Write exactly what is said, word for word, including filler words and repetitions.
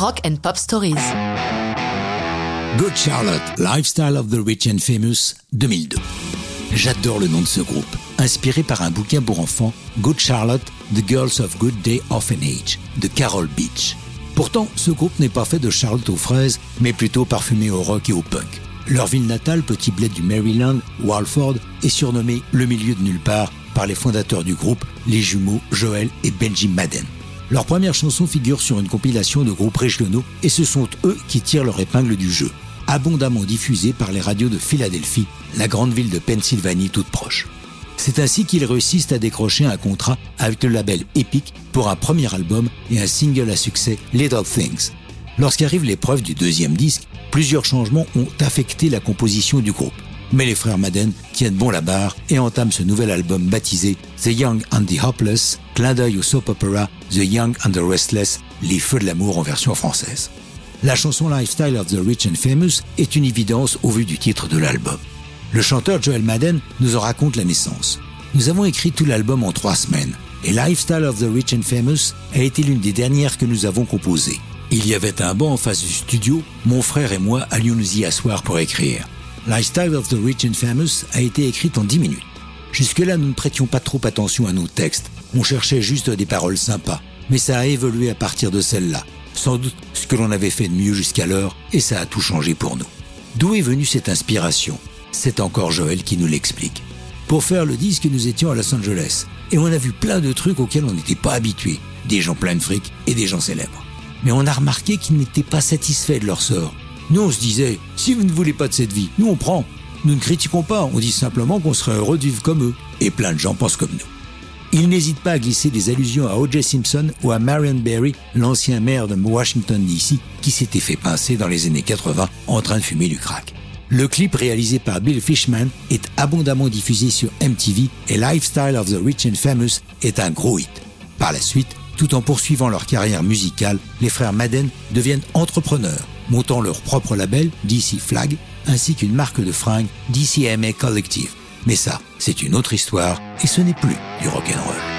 Rock and Pop Stories. Good Charlotte, Lifestyle of the Rich and Famous, deux mille deux. J'adore le nom de ce groupe, inspiré par un bouquin pour enfants, Good Charlotte, The Girls of Good Day Orphanage, de Carol Beach. Pourtant, ce groupe n'est pas fait de Charlotte aux fraises, mais plutôt parfumé au rock et au punk. Leur ville natale, petit bled du Maryland, Walford, est surnommé le milieu de nulle part par les fondateurs du groupe, les jumeaux Joel et Benji Madden. Leur première chanson figure sur une compilation de groupes régionaux et ce sont eux qui tirent leur épingle du jeu, abondamment diffusés par les radios de Philadelphie, la grande ville de Pennsylvanie toute proche. C'est ainsi qu'ils réussissent à décrocher un contrat avec le label Epic pour un premier album et un single à succès, Little Things. Lorsqu'arrive l'épreuve du deuxième disque, plusieurs changements ont affecté la composition du groupe. Mais les frères Madden tiennent bon la barre et entament ce nouvel album baptisé The Young and the Hopeless, clin d'œil au soap opera The Young and the Restless, les feux de l'amour en version française. La chanson Lifestyle of the Rich and Famous est une évidence au vu du titre de l'album. Le chanteur Joel Madden nous en raconte la naissance. Nous avons écrit tout l'album en trois semaines et Lifestyle of the Rich and Famous a été l'une des dernières que nous avons composées. Il y avait un banc en face du studio, mon frère et moi allions nous y asseoir pour écrire. Lifestyle of the Rich and Famous a été écrite en dix minutes. Jusque-là, nous ne prêtions pas trop attention à nos textes. On cherchait juste des paroles sympas. Mais ça a évolué à partir de celle-là. Sans doute ce que l'on avait fait de mieux jusqu'alors, et ça a tout changé pour nous. D'où est venue cette inspiration ? C'est encore Joël qui nous l'explique. Pour faire le disque, nous étions à Los Angeles. Et on a vu plein de trucs auxquels on n'était pas habitués. Des gens pleins de fric et des gens célèbres. Mais on a remarqué qu'ils n'étaient pas satisfaits de leur sort. Nous, on se disait, si vous ne voulez pas de cette vie, nous on prend. Nous ne critiquons pas, on dit simplement qu'on serait heureux de vivre comme eux. Et plein de gens pensent comme nous. Ils n'hésitent pas à glisser des allusions à O J Simpson ou à Marion Barry, l'ancien maire de Washington D C, qui s'était fait pincer dans les années quatre-vingts en train de fumer du crack. Le clip réalisé par Bill Fishman est abondamment diffusé sur M T V et Lifestyle of the Rich and Famous est un gros hit. Par la suite, tout en poursuivant leur carrière musicale, les frères Madden deviennent entrepreneurs, montant leur propre label, D C Flag, ainsi qu'une marque de fringues, D C M A Collective. Mais ça, c'est une autre histoire et ce n'est plus du rock'n'roll.